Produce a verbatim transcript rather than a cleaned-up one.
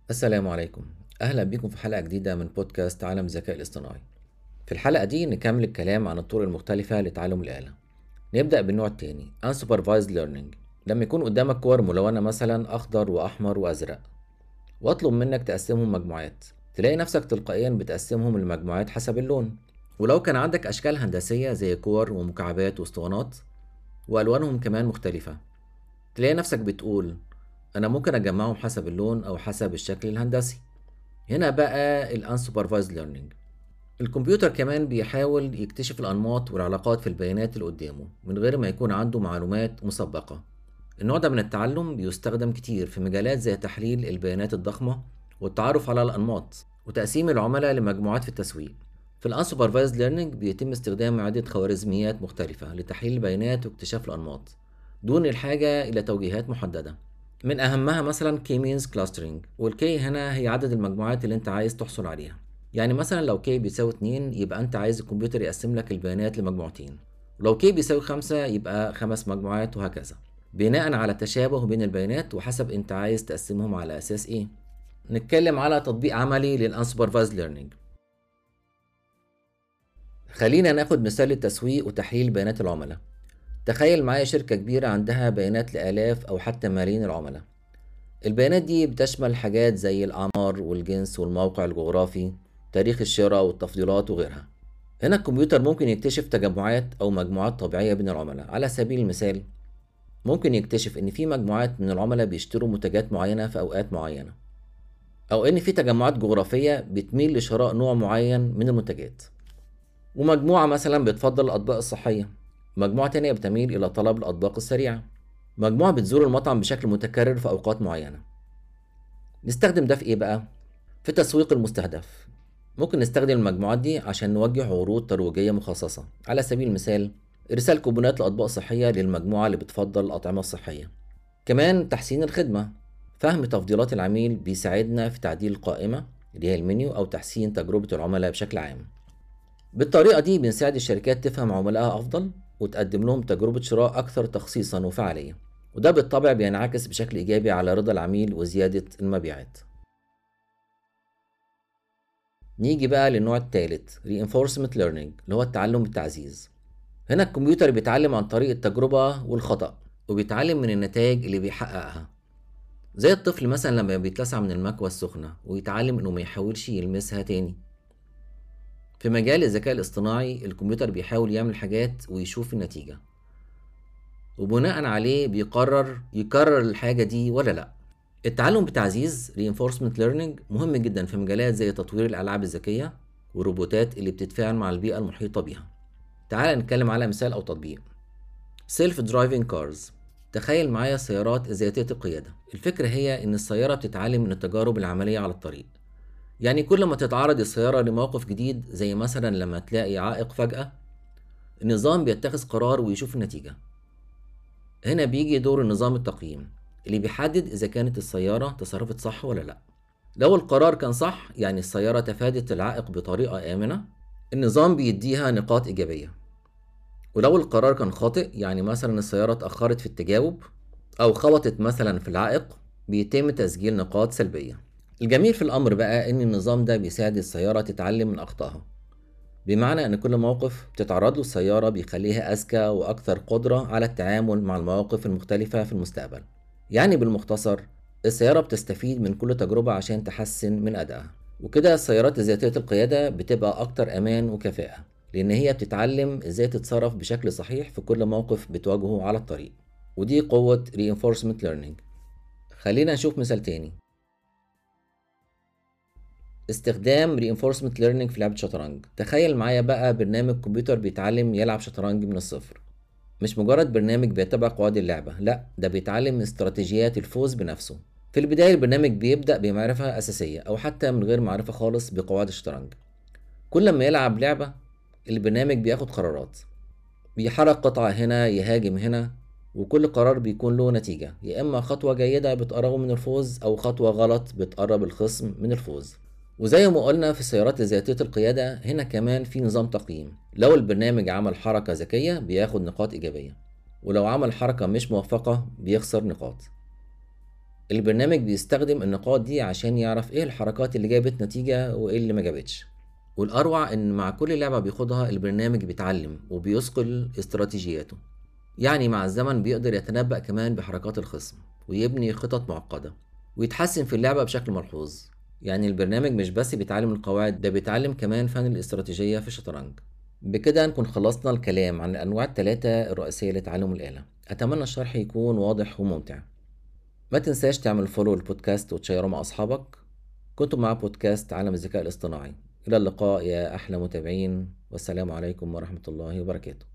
السلام عليكم. أهلا بكم في حلقة جديدة من بودكاست عالم الذكاء الاصطناعي. في الحلقة دي نكمل الكلام عن الطرق المختلفة لتعلم الآلة. نبدأ بالنوع التاني Unsupervised Learning. لما يكون قدامك كور ملونة مثلا أخضر وأحمر وأزرق وأطلب منك تقسمهم مجموعات، تلاقي نفسك تلقائيا بتقسمهم لمجموعات حسب اللون. ولو كان عندك أشكال هندسية زي كور ومكعبات واسطوانات وألوانهم كمان مختلفة، تلاقي نفسك بتقول أنا ممكن أجمعهم حسب اللون أو حسب الشكل الهندسي. هنا بقى ال Unsupervised Learning. الكمبيوتر كمان بيحاول يكتشف الأنماط والعلاقات في البيانات اللي قدامه من غير ما يكون عنده معلومات مسبقة. النوع ده من التعلم بيستخدم كتير في مجالات زي تحليل البيانات الضخمة والتعرف على الأنماط وتقسيم العملاء لمجموعات في التسويق. في ال Unsupervised Learning بيتم استخدام عدة خوارزميات مختلفة لتحليل البيانات واكتشاف الأنماط دون الحاجة إلى توجيهات محددة. من أهمها مثلا K-means clustering، والكي هنا هي عدد المجموعات اللي أنت عايز تحصل عليها. يعني مثلا لو K بيساوي اتنين يبقى أنت عايز الكمبيوتر يقسم لك البيانات لمجموعتين، ولو K بيساوي خمسة يبقى خمس مجموعات وهكذا، بناء على التشابه بين البيانات وحسب أنت عايز تقسمهم على أساس إيه. نتكلم على تطبيق عملي للأنسوبرفايزد ليرنينج. خلينا ناخد مثال التسويق وتحليل بيانات العملاء. تخيل معايا شركة كبيرة عندها بيانات لآلاف أو حتى ملايين العملاء. البيانات دي بتشمل حاجات زي الأعمار والجنس والموقع الجغرافي، تاريخ الشراء والتفضيلات وغيرها. هنا الكمبيوتر ممكن يكتشف تجمعات أو مجموعات طبيعية بين العملاء. على سبيل المثال، ممكن يكتشف إن في مجموعات من العملاء بيشتروا منتجات معينة في أوقات معينة، أو إن في تجمعات جغرافية بتميل لشراء نوع معين من المنتجات، ومجموعة مثلا بتفضل الأطباق الصحية، مجموعة تانية بتميل إلى طلب الأطباق السريعة، مجموعة بتزور المطعم بشكل متكرر في أوقات معينة. نستخدم ده في إيه بقى؟ في تسويق المستهدف. ممكن نستخدم المجموعات دي عشان نوجه عروض ترويجية مخصصة. على سبيل المثال، إرسال كوبونات لأطباق صحية للمجموعة اللي بتفضل الأطعمة الصحية. كمان تحسين الخدمة. فهم تفضيلات العميل بيساعدنا في تعديل القائمة اللي هي المنيو أو تحسين تجربة العملاء بشكل عام. بالطريقة دي بنساعد الشركات تفهم عملائها أفضل وتقدم لهم تجربة شراء أكثر تخصيصا وفعالية، وده بالطبع بينعكس بشكل إيجابي على رضا العميل وزيادة المبيعات. نيجي بقى للنوع الثالث Reinforcement Learning، اللي هو التعلم بالتعزيز. هنا الكمبيوتر بيتعلم عن طريق التجربة والخطأ، وبيتعلم من النتائج اللي بيحققها. زي الطفل مثلا لما بيتلسع من المكوى السخنة ويتعلم انه ما يحاولش يلمسها تاني. في مجال الذكاء الاصطناعي الكمبيوتر بيحاول يعمل حاجات ويشوف النتيجة، وبناء عليه بيقرر يكرر الحاجة دي ولا لا. التعلم بتعزيز Reinforcement Learning مهم جدا في مجالات زي تطوير الألعاب الذكية والروبوتات اللي بتتفاعل مع البيئة المحيطة بيها. تعال نتكلم على مثال أو تطبيق. Self Driving Cars. تخيل معايا السيارات ذاتية القيادة. الفكرة هي إن السيارة بتتعلم من التجارب العملية على الطريق. يعني كل ما تتعرض السيارة لموقف جديد، زي مثلا لما تلاقي عائق فجأة، النظام بيتخذ قرار ويشوف النتيجة. هنا بيجي دور النظام التقييم اللي بيحدد إذا كانت السيارة تصرفت صح ولا لأ. لو القرار كان صح، يعني السيارة تفادت العائق بطريقة آمنة، النظام بيديها نقاط إيجابية. ولو القرار كان خاطئ، يعني مثلا السيارة اتأخرت في التجاوب أو خبطت مثلا في العائق، بيتم تسجيل نقاط سلبية. الجميل في الأمر بقى إن النظام ده بيساعد السيارة تتعلم من أخطائها، بمعنى إن كل موقف بتتعرض له السيارة بيخليها أذكى وأكثر قدرة على التعامل مع المواقف المختلفة في المستقبل. يعني بالمختصر، السيارة بتستفيد من كل تجربة عشان تحسن من أدائها. وكده السيارات ذاتية القيادة بتبقى أكتر أمان وكفاءة، لأن هي بتتعلم إزاي تتصرف بشكل صحيح في كل موقف بتواجهه على الطريق. ودي قوة Reinforcement Learning. خلينا نشوف مثال تاني. استخدام Reinforcement Learning في لعبة شطرنج. تخيل معايا بقى برنامج كمبيوتر بيتعلم يلعب شطرنج من الصفر. مش مجرد برنامج بيتبع قواعد اللعبة، لا، ده بيتعلم استراتيجيات الفوز بنفسه. في البداية البرنامج بيبدأ بمعرفة أساسية أو حتى من غير معرفة خالص بقواعد الشطرنج. كل ما يلعب لعبة، البرنامج بياخد قرارات، بيحرك قطعة هنا، يهاجم هنا، وكل قرار بيكون له نتيجة، يا إما خطوة جيدة بتقربه من الفوز أو خطوة غلط بتقرب الخصم من الفوز. وزي ما قلنا في السيارات ذاتية القيادة، هنا كمان في نظام تقييم. لو البرنامج عمل حركة ذكية بياخد نقاط إيجابية، ولو عمل حركة مش موفقة بيخسر نقاط. البرنامج بيستخدم النقاط دي عشان يعرف ايه الحركات اللي جابت نتيجة وايه اللي ما جابتش. والأروع إن مع كل لعبة بياخدها البرنامج بيتعلم وبيثقل استراتيجياته. يعني مع الزمن بيقدر يتنبأ كمان بحركات الخصم ويبني خطط معقدة ويتحسن في اللعبة بشكل ملحوظ. يعني البرنامج مش بس بيتعلم القواعد، ده بيتعلم كمان فن الاستراتيجية في الشطرنج. بكده نكون خلصنا الكلام عن الأنواع الثلاثة الرئيسية لتعلم الآلة. أتمنى الشرح يكون واضح وممتع. ما تنساش تعمل فولو للبودكاست وتشيره مع أصحابك. كنتم مع بودكاست عالم الذكاء الاصطناعي. إلى اللقاء يا أحلى متابعين، والسلام عليكم ورحمة الله وبركاته.